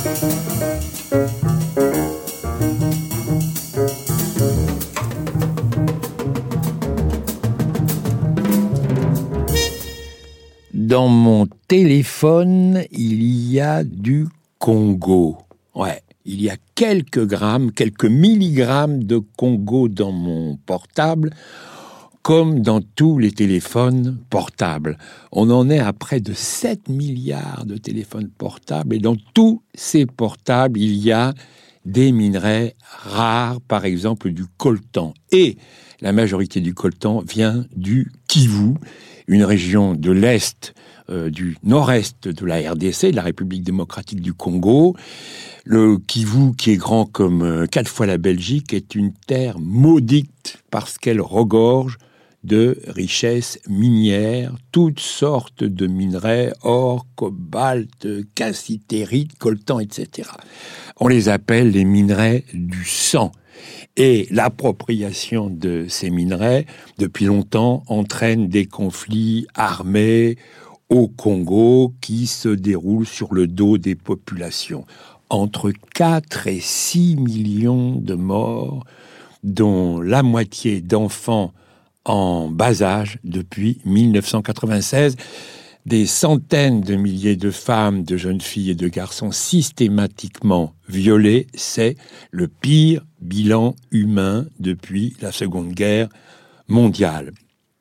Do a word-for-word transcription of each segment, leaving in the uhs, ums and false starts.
Dans mon téléphone, il y a du Congo. Ouais, il y a quelques grammes, quelques milligrammes de Congo dans mon portable, comme dans tous les téléphones portables. On en est à près de sept milliards de téléphones portables, et dans tous ces portables, il y a des minerais rares, par exemple du coltan. Et la majorité du coltan vient du Kivu, une région de l'Est, euh, du nord-est de la R D C, de la République démocratique du Congo. Le Kivu, qui est grand comme euh, quatre fois la Belgique, est une terre maudite parce qu'elle regorge de richesses minières, toutes sortes de minerais, or, cobalt, cassitérite, coltan, et cetera. On les appelle les minerais du sang. Et l'appropriation de ces minerais, depuis longtemps, entraîne des conflits armés au Congo qui se déroulent sur le dos des populations. Entre quatre et six millions de morts, dont la moitié d'enfants en bas âge depuis mille neuf cent quatre-vingt-seize. Des centaines de milliers de femmes, de jeunes filles et de garçons systématiquement violés, c'est le pire bilan humain depuis la Seconde Guerre mondiale.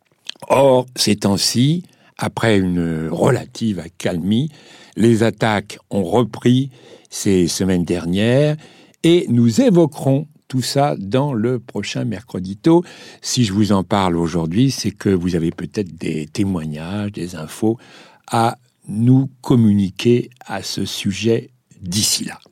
Or, ces temps-ci, après une relative accalmie, les attaques ont repris ces semaines dernières et nous évoquerons tout ça dans le prochain Mercredito. Si je vous en parle aujourd'hui, c'est que vous avez peut-être des témoignages, des infos à nous communiquer à ce sujet d'ici là.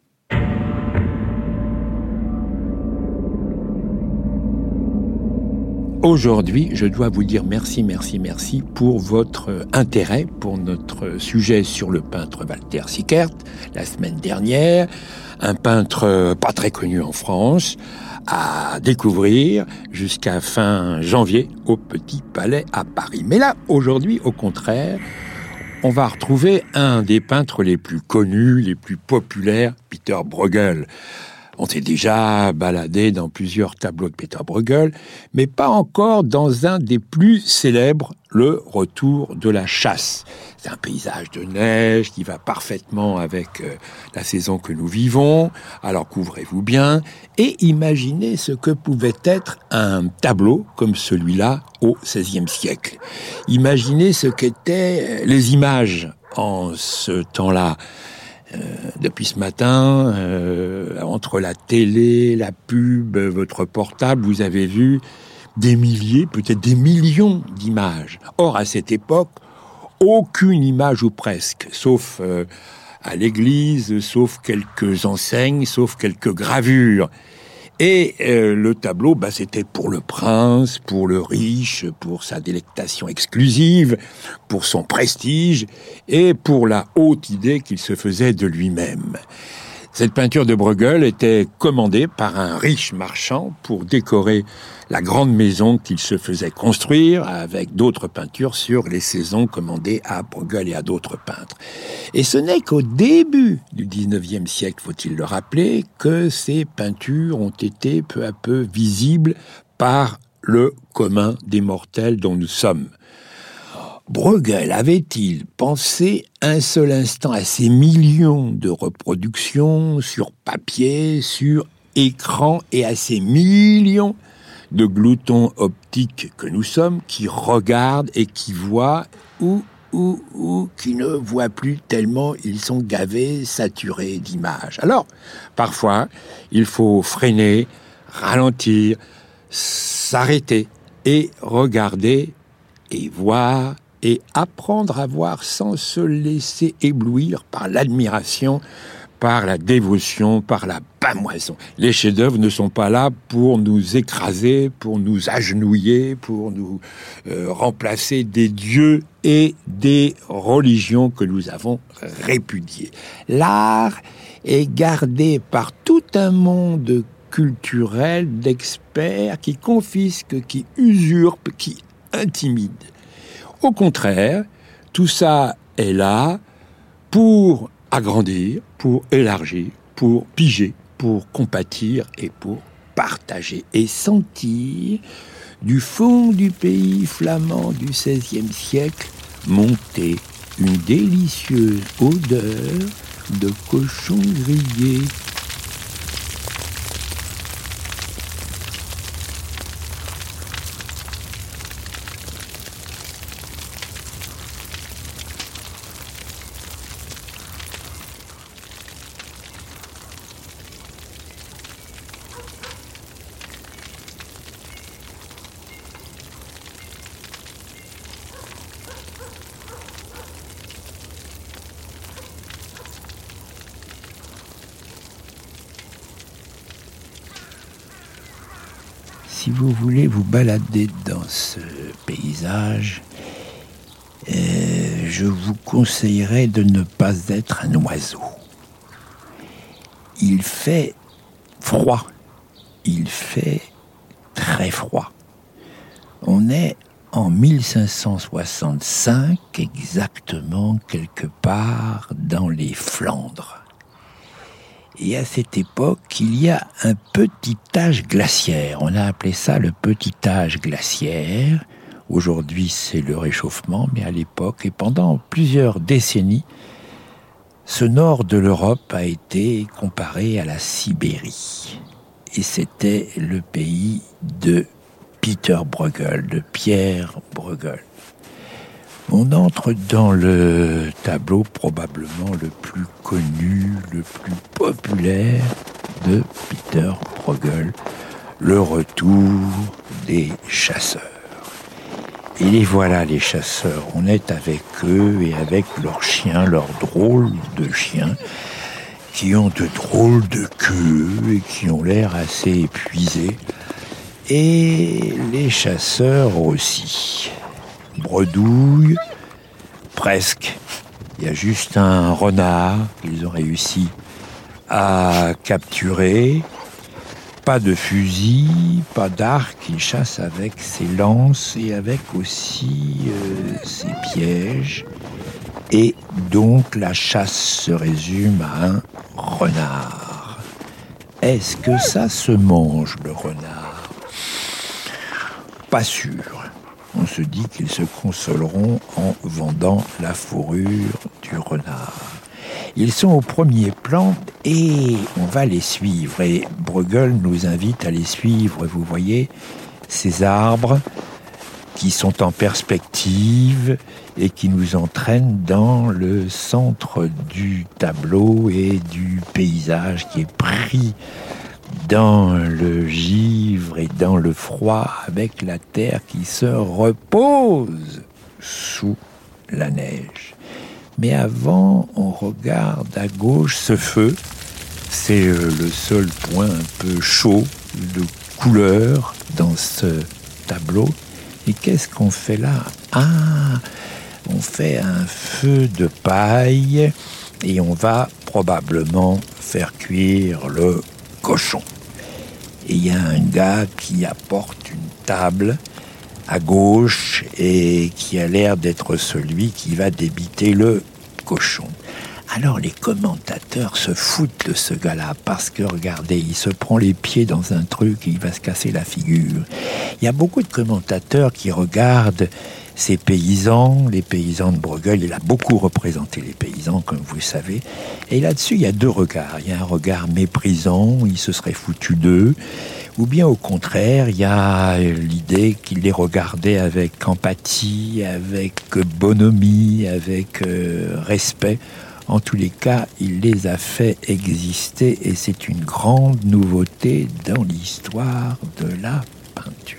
Aujourd'hui, je dois vous dire merci, merci, merci pour votre intérêt pour notre sujet sur le peintre Walter Sickert la semaine dernière. Un peintre pas très connu en France, à découvrir jusqu'à fin janvier au Petit Palais à Paris. Mais là, aujourd'hui, au contraire, on va retrouver un des peintres les plus connus, les plus populaires, Peter Bruegel. On s'est déjà baladé dans plusieurs tableaux de Peter Bruegel, mais pas encore dans un des plus célèbres, le Retour de la chasse. C'est un paysage de neige qui va parfaitement avec euh, la saison que nous vivons, alors couvrez-vous bien et imaginez ce que pouvait être un tableau comme celui-là au seizième siècle. Imaginez ce qu'étaient les images en ce temps-là. Euh, depuis ce matin, euh, entre la télé, la pub, votre portable, vous avez vu des milliers, peut-être des millions d'images. Or, à cette époque, aucune image ou presque, sauf euh, à l'église, sauf quelques enseignes, sauf quelques gravures. Et euh, le tableau, bah, c'était pour le prince, pour le riche, pour sa délectation exclusive, pour son prestige et pour la haute idée qu'il se faisait de lui-même. Cette peinture de Bruegel était commandée par un riche marchand pour décorer la grande maison qu'il se faisait construire avec d'autres peintures sur les saisons commandées à Bruegel et à d'autres peintres. Et ce n'est qu'au début du dix-neuvième siècle, faut-il le rappeler, que ces peintures ont été peu à peu visibles par le commun des mortels dont nous sommes. Bruegel avait-il pensé un seul instant à ces millions de reproductions sur papier, sur écran et à ces millions de gloutons optiques que nous sommes qui regardent et qui voient ou, ou, ou qui ne voient plus tellement ils sont gavés, saturés d'images. Alors, parfois, il faut freiner, ralentir, s'arrêter et regarder et voir et apprendre à voir sans se laisser éblouir par l'admiration, par la dévotion, par la pâmoison. Les chefs-d'œuvre ne sont pas là pour nous écraser, pour nous agenouiller, pour nous euh, remplacer des dieux et des religions que nous avons répudiées. L'art est gardé par tout un monde culturel d'experts qui confisquent, qui usurpent, qui intimident. Au contraire, tout ça est là pour agrandir, pour élargir, pour piger, pour compatir et pour partager et sentir du fond du pays flamand du seizième siècle monter une délicieuse odeur de cochon grillé. Si vous voulez vous balader dans ce paysage, euh, je vous conseillerais de ne pas être un oiseau. Il fait froid, il fait très froid. On est en mille cinq cent soixante-cinq, exactement quelque part dans les Flandres. Et à cette époque, il y a un petit âge glaciaire. On a appelé ça le petit âge glaciaire. Aujourd'hui, c'est le réchauffement, mais à l'époque, et pendant plusieurs décennies, ce nord de l'Europe a été comparé à la Sibérie. Et c'était le pays de Peter Bruegel, de Pierre Bruegel. On entre dans le tableau probablement le plus connu, le plus populaire de Peter Bruegel, le retour des chasseurs. Et les voilà, les chasseurs. On est avec eux et avec leurs chiens, leurs drôles de chiens, qui ont de drôles de queues et qui ont l'air assez épuisés. Et les chasseurs aussi. Bredouille, presque. Il y a juste un renard qu'ils ont réussi à capturer. Pas de fusil, pas d'arc. Ils chassent avec ses lances et avec aussi euh, ses pièges. Et donc la chasse se résume à un renard. Est-ce que ça se mange, le renard ? Pas sûr. On se dit qu'ils se consoleront en vendant la fourrure du renard. Ils sont au premier plan et on va les suivre. Et Bruegel nous invite à les suivre. Vous voyez ces arbres qui sont en perspective et qui nous entraînent dans le centre du tableau et du paysage qui est pris dans le givre et dans le froid, avec la terre qui se repose sous la neige. Mais avant, on regarde à gauche ce feu. C'est le seul point un peu chaud de couleur dans ce tableau. Et qu'est-ce qu'on fait là ? Ah, on fait un feu de paille et on va probablement faire cuire le cochon. Et il y a un gars qui apporte une table à gauche et qui a l'air d'être celui qui va débiter le cochon. Alors les commentateurs se foutent de ce gars-là parce que, regardez, il se prend les pieds dans un truc et il va se casser la figure. Il y a beaucoup de commentateurs qui regardent ces paysans, les paysans de Bruegel. Il a beaucoup représenté les paysans, comme vous le savez. Et là-dessus, il y a deux regards. Il y a un regard méprisant, il se serait foutu d'eux. Ou bien au contraire, il y a l'idée qu'il les regardait avec empathie, avec bonhomie, avec euh, respect. En tous les cas, il les a fait exister et c'est une grande nouveauté dans l'histoire de la peinture.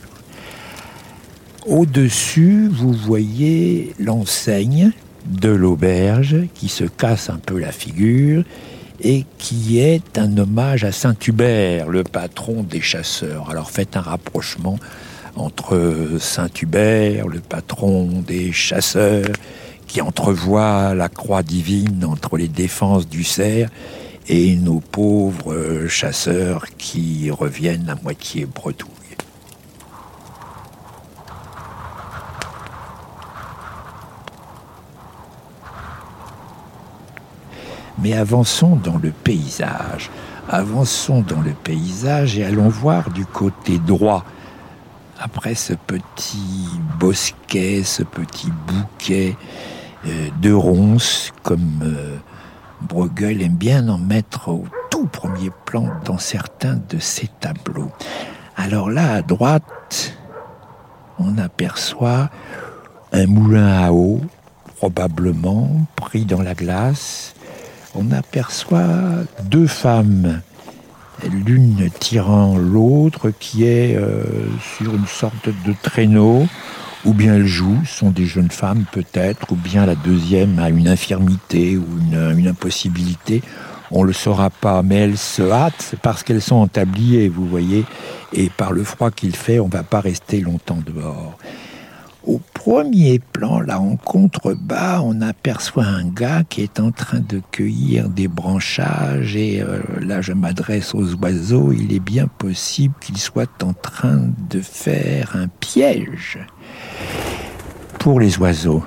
Au-dessus, vous voyez l'enseigne de l'auberge qui se casse un peu la figure et qui est un hommage à Saint-Hubert, le patron des chasseurs. Alors faites un rapprochement entre Saint-Hubert, le patron des chasseurs, qui entrevoit la croix divine entre les défenses du cerf et nos pauvres chasseurs qui reviennent à moitié bredouilles. Mais avançons dans le paysage. Avançons dans le paysage et allons voir du côté droit. Après ce petit bosquet, ce petit bouquet euh, de ronces, comme euh, Bruegel aime bien en mettre au tout premier plan dans certains de ses tableaux. Alors là, à droite, on aperçoit un moulin à eau, probablement pris dans la glace. On aperçoit deux femmes, l'une tirant l'autre qui est euh, sur une sorte de traîneau, ou bien elles jouent, sont des jeunes femmes peut-être, ou bien la deuxième a une infirmité ou une, une impossibilité. On ne le saura pas, mais elles se hâtent parce qu'elles sont en tablier, vous voyez, et par le froid qu'il fait, on ne va pas rester longtemps dehors. Au premier plan, là en contrebas, on aperçoit un gars qui est en train de cueillir des branchages et euh, là je m'adresse aux oiseaux, il est bien possible qu'il soit en train de faire un piège pour les oiseaux.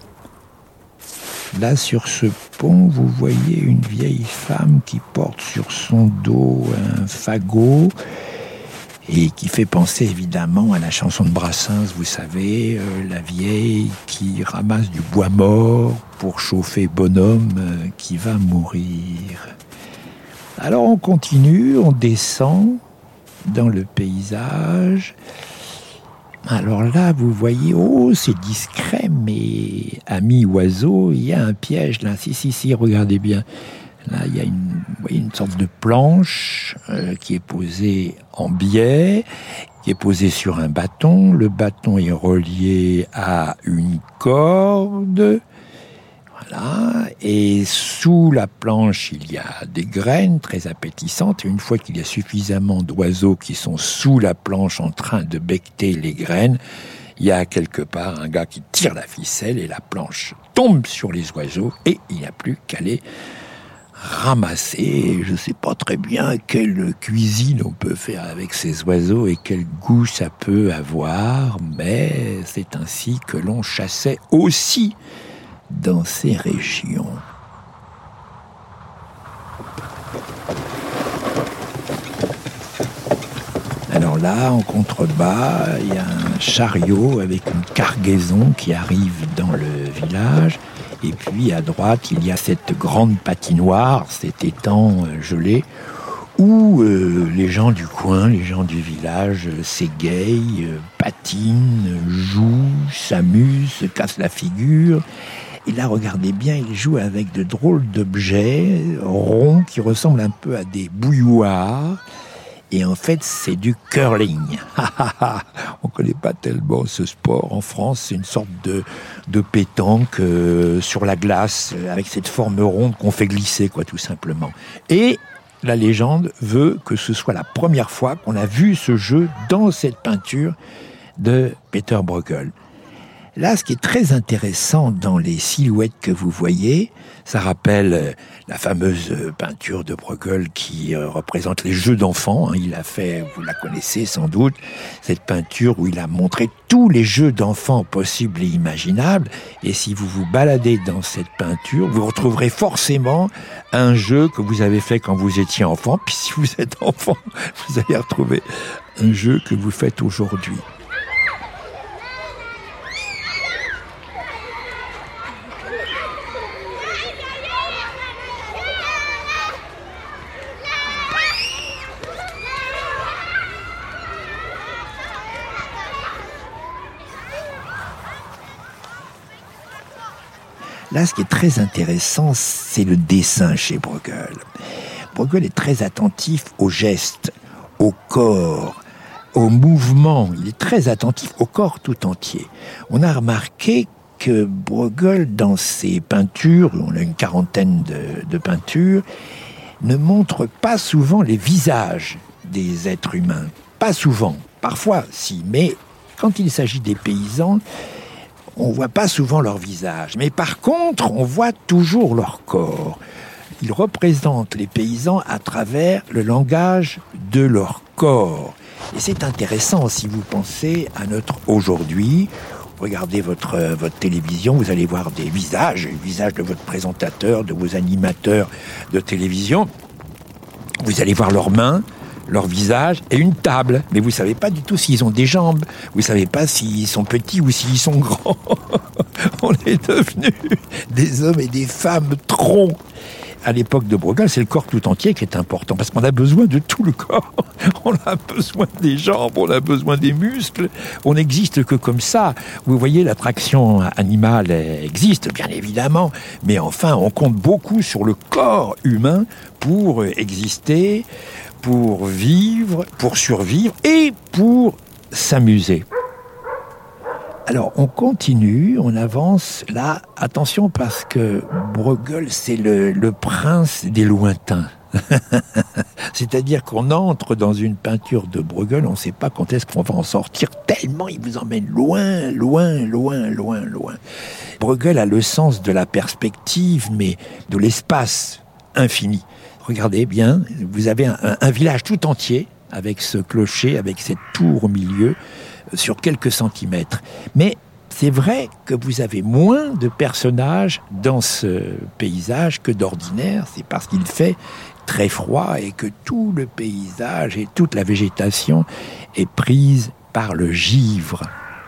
Là sur ce pont, vous voyez une vieille femme qui porte sur son dos un fagot et qui fait penser évidemment à la chanson de Brassens, vous savez, euh, la vieille qui ramasse du bois mort pour chauffer bonhomme euh, qui va mourir. Alors on continue, on descend dans le paysage. Alors là, vous voyez, oh, c'est discret, mais ami oiseau, il y a un piège là. Si, si, si, regardez bien. Là, il y a une, vous voyez, une sorte de planche euh, qui est posée en biais, qui est posée sur un bâton. Le bâton est relié à une corde. Voilà. Et sous la planche, il y a des graines très appétissantes. Et une fois qu'il y a suffisamment d'oiseaux qui sont sous la planche en train de becqueter les graines, il y a quelque part un gars qui tire la ficelle et la planche tombe sur les oiseaux et il n'y a plus qu'à les ramasser. Je ne sais pas très bien quelle cuisine on peut faire avec ces oiseaux et quel goût ça peut avoir, mais c'est ainsi que l'on chassait aussi dans ces régions. Alors là, en contrebas, il y a un chariot avec une cargaison qui arrive dans le village. Et puis à droite, il y a cette grande patinoire, cet étang gelé, où euh, les gens du coin, les gens du village euh, s'égayent, euh, patinent, jouent, s'amusent, se cassent la figure. Et là, regardez bien, ils jouent avec de drôles d'objets ronds qui ressemblent un peu à des bouilloires. Et en fait, c'est du curling. On ne connaît pas tellement ce sport en France. C'est une sorte de, de pétanque euh, sur la glace, avec cette forme ronde qu'on fait glisser, quoi, tout simplement. Et la légende veut que ce soit la première fois qu'on a vu ce jeu dans cette peinture de Peter Bruegel. Là, ce qui est très intéressant dans les silhouettes que vous voyez, ça rappelle la fameuse peinture de Bruegel qui représente les jeux d'enfants. Il a fait, vous la connaissez sans doute, cette peinture où il a montré tous les jeux d'enfants possibles et imaginables. Et si vous vous baladez dans cette peinture, vous retrouverez forcément un jeu que vous avez fait quand vous étiez enfant. Puis si vous êtes enfant, vous allez retrouver un jeu que vous faites aujourd'hui. Là, ce qui est très intéressant, c'est le dessin chez Bruegel. Bruegel est très attentif aux gestes, au corps, au mouvement. Il est très attentif au corps tout entier. On a remarqué que Bruegel, dans ses peintures, on a une quarantaine de, de peintures, ne montre pas souvent les visages des êtres humains. Pas souvent. Parfois, si. Mais quand il s'agit des paysans, on ne voit pas souvent leur visage, mais par contre, on voit toujours leur corps. Ils représentent les paysans à travers le langage de leur corps. Et c'est intéressant si vous pensez à notre aujourd'hui, regardez votre, euh, votre télévision, vous allez voir des visages, le visage de votre présentateur, de vos animateurs de télévision. Vous allez voir leurs mains, leur visage et une table. Mais vous ne savez pas du tout s'ils ont des jambes. Vous ne savez pas s'ils sont petits ou s'ils sont grands. On est devenus des hommes et des femmes troncs. À l'époque de Bruegel, c'est le corps tout entier qui est important, parce qu'on a besoin de tout le corps. On a besoin des jambes, on a besoin des muscles. On n'existe que comme ça. Vous voyez, l'attraction animale existe, bien évidemment, mais enfin, on compte beaucoup sur le corps humain pour exister, pour vivre, pour survivre et pour s'amuser. Alors, on continue, on avance. Là, attention, parce que Bruegel, c'est le, le prince des lointains. C'est-à-dire qu'on entre dans une peinture de Bruegel, on ne sait pas quand est-ce qu'on va en sortir, tellement il vous emmène loin, loin, loin, loin, loin. Bruegel a le sens de la perspective, mais de l'espace infini. Regardez bien, vous avez un, un, un village tout entier, avec ce clocher, avec cette tour au milieu, sur quelques centimètres. Mais c'est vrai que vous avez moins de personnages dans ce paysage que d'ordinaire. C'est parce qu'il fait très froid et que tout le paysage et toute la végétation est prise par le givre.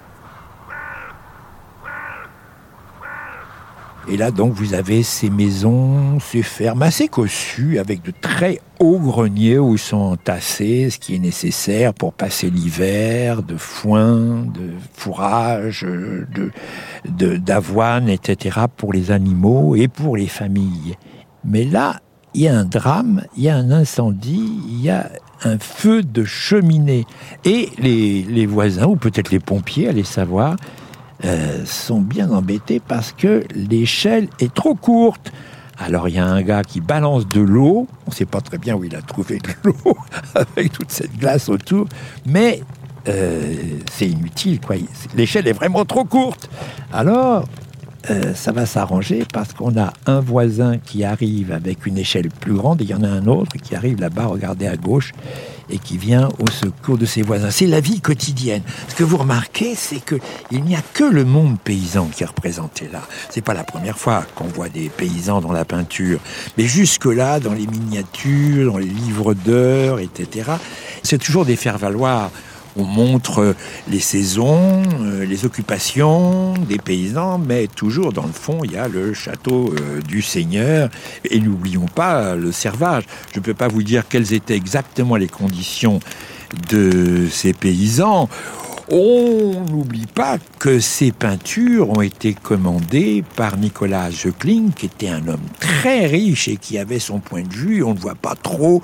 Et là, donc, vous avez ces maisons, ces fermes assez cossues, avec de très hauts greniers où sont entassés ce qui est nécessaire pour passer l'hiver, de foin, de fourrage, de, de, d'avoine, et cetera, pour les animaux et pour les familles. Mais là, il y a un drame, il y a un incendie, il y a un feu de cheminée. Et les, les voisins, ou peut-être les pompiers, allez savoir, Euh, sont bien embêtés parce que l'échelle est trop courte. Alors il y a un gars qui balance de l'eau, on ne sait pas très bien où il a trouvé de l'eau avec toute cette glace autour, mais euh, c'est inutile, quoi. L'échelle est vraiment trop courte. Alors euh, ça va s'arranger parce qu'on a un voisin qui arrive avec une échelle plus grande et il y en a un autre qui arrive là-bas, regardez à gauche, et qui vient au secours de ses voisins. C'est la vie quotidienne. Ce que vous remarquez, c'est qu'il n'y a que le monde paysan qui est représenté là. C'est pas la première fois qu'on voit des paysans dans la peinture, mais jusque-là, dans les miniatures, dans les livres d'heures, et cetera, c'est toujours des faire-valoir. On montre les saisons, les occupations des paysans, mais toujours dans le fond, il y a le château du seigneur. Et n'oublions pas le servage. Je ne peux pas vous dire quelles étaient exactement les conditions de ces paysans. On n'oublie pas que ces peintures ont été commandées par Nicolas Zöckling, qui était un homme très riche et qui avait son point de vue. On ne voit pas trop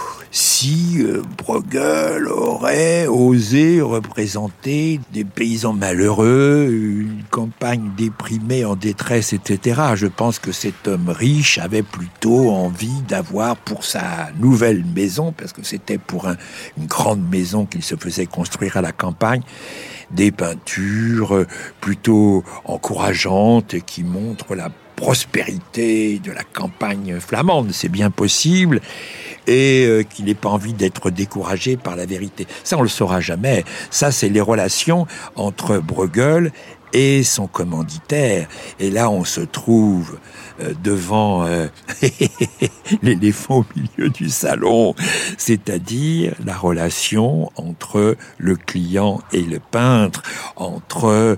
si euh, Bruegel aurait osé représenter des paysans malheureux, une campagne déprimée, en détresse, et cetera. Je pense que cet homme riche avait plutôt envie d'avoir pour sa nouvelle maison, parce que c'était pour un, une grande maison qu'il se faisait construire à la campagne, des peintures plutôt encourageantes qui montrent la prospérité de la campagne flamande, c'est bien possible, et euh, qu'il n'ait pas envie d'être découragé par la vérité. Ça, on le saura jamais. Ça, c'est les relations entre Bruegel et son commanditaire. Et là, on se trouve euh, devant euh, l'éléphant au milieu du salon, c'est-à-dire la relation entre le client et le peintre, entre euh,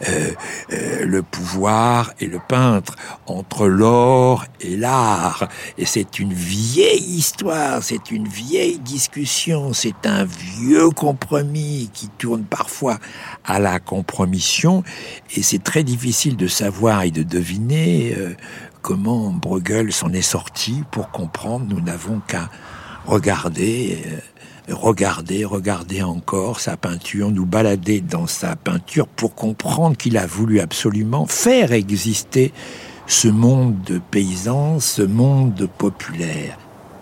euh, le pouvoir et le peintre, entre l'or et l'art. Et c'est une vieille histoire, c'est une vieille discussion, c'est un vieux compromis qui tourne parfois à la compromission. Et c'est très difficile de savoir et de deviner euh, comment Bruegel s'en est sorti. Pour comprendre, nous n'avons qu'à regarder, euh, regarder, regarder encore sa peinture, nous balader dans sa peinture pour comprendre qu'il a voulu absolument faire exister ce monde de paysans, ce monde populaire.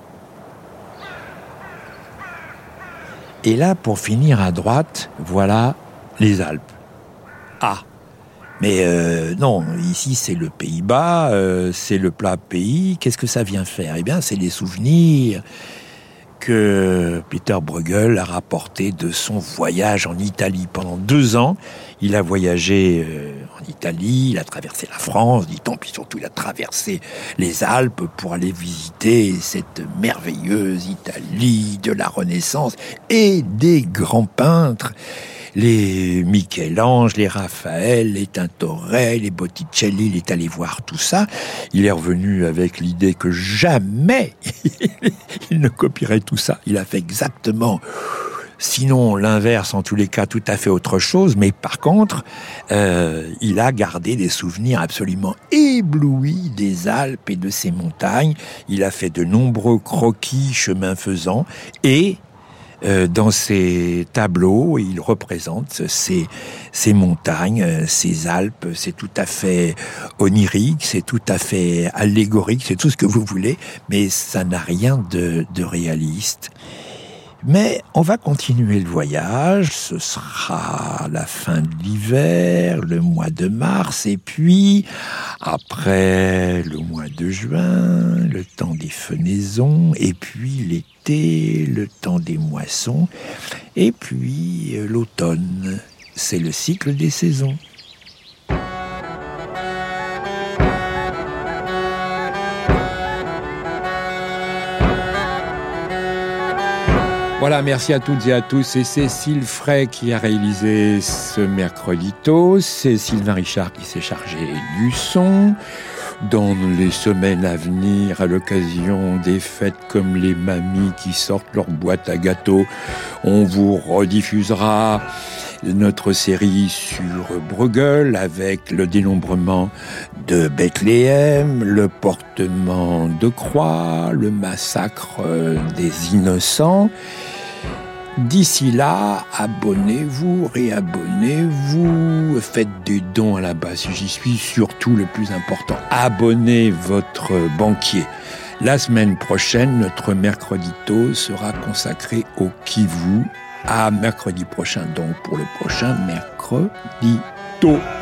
Et là, pour finir à droite, voilà les Alpes. Ah, mais euh, non, ici c'est le Pays-Bas, euh, c'est le plat pays. Qu'est-ce que ça vient faire ? Eh bien, c'est les souvenirs que Peter Bruegel a rapporté de son voyage en Italie. Pendant deux ans, il a voyagé en Italie, il a traversé la France, dit-on, puis surtout il a traversé les Alpes pour aller visiter cette merveilleuse Italie de la Renaissance et des grands peintres. Les Michel-Ange, les Raphaël, les Tintoret, les Botticelli, il est allé voir tout ça. Il est revenu avec l'idée que jamais il ne copierait tout ça. Il a fait exactement, sinon l'inverse, en tous les cas, tout à fait autre chose. Mais par contre, euh, il a gardé des souvenirs absolument éblouis des Alpes et de ces montagnes. Il a fait de nombreux croquis chemin faisant et Euh, dans ces tableaux, il représente ces, ces montagnes, ces Alpes. C'est tout à fait onirique, c'est tout à fait allégorique, c'est tout ce que vous voulez, mais ça n'a rien de, de réaliste. Mais on va continuer le voyage, ce sera la fin de l'hiver, le mois de mars, et puis après le mois de juin, le temps des fenaisons, et puis l'été, le temps des moissons, et puis l'automne. C'est le cycle des saisons. Voilà, merci à toutes et à tous. C'est Cécile Frey qui a réalisé ce mercredito. C'est Sylvain Richard qui s'est chargé du son. Dans les semaines à venir, à l'occasion des fêtes comme les mamies qui sortent leur boîte à gâteaux, on vous rediffusera notre série sur Bruegel avec le dénombrement de Bethléem, le portement de croix, le massacre des innocents. D'ici là, abonnez-vous, réabonnez-vous, faites des dons à la base, j'y suis, surtout le plus important. Abonnez votre banquier. La semaine prochaine, notre mercredito sera consacré au Kivu. À mercredi prochain, donc pour le prochain mercredito.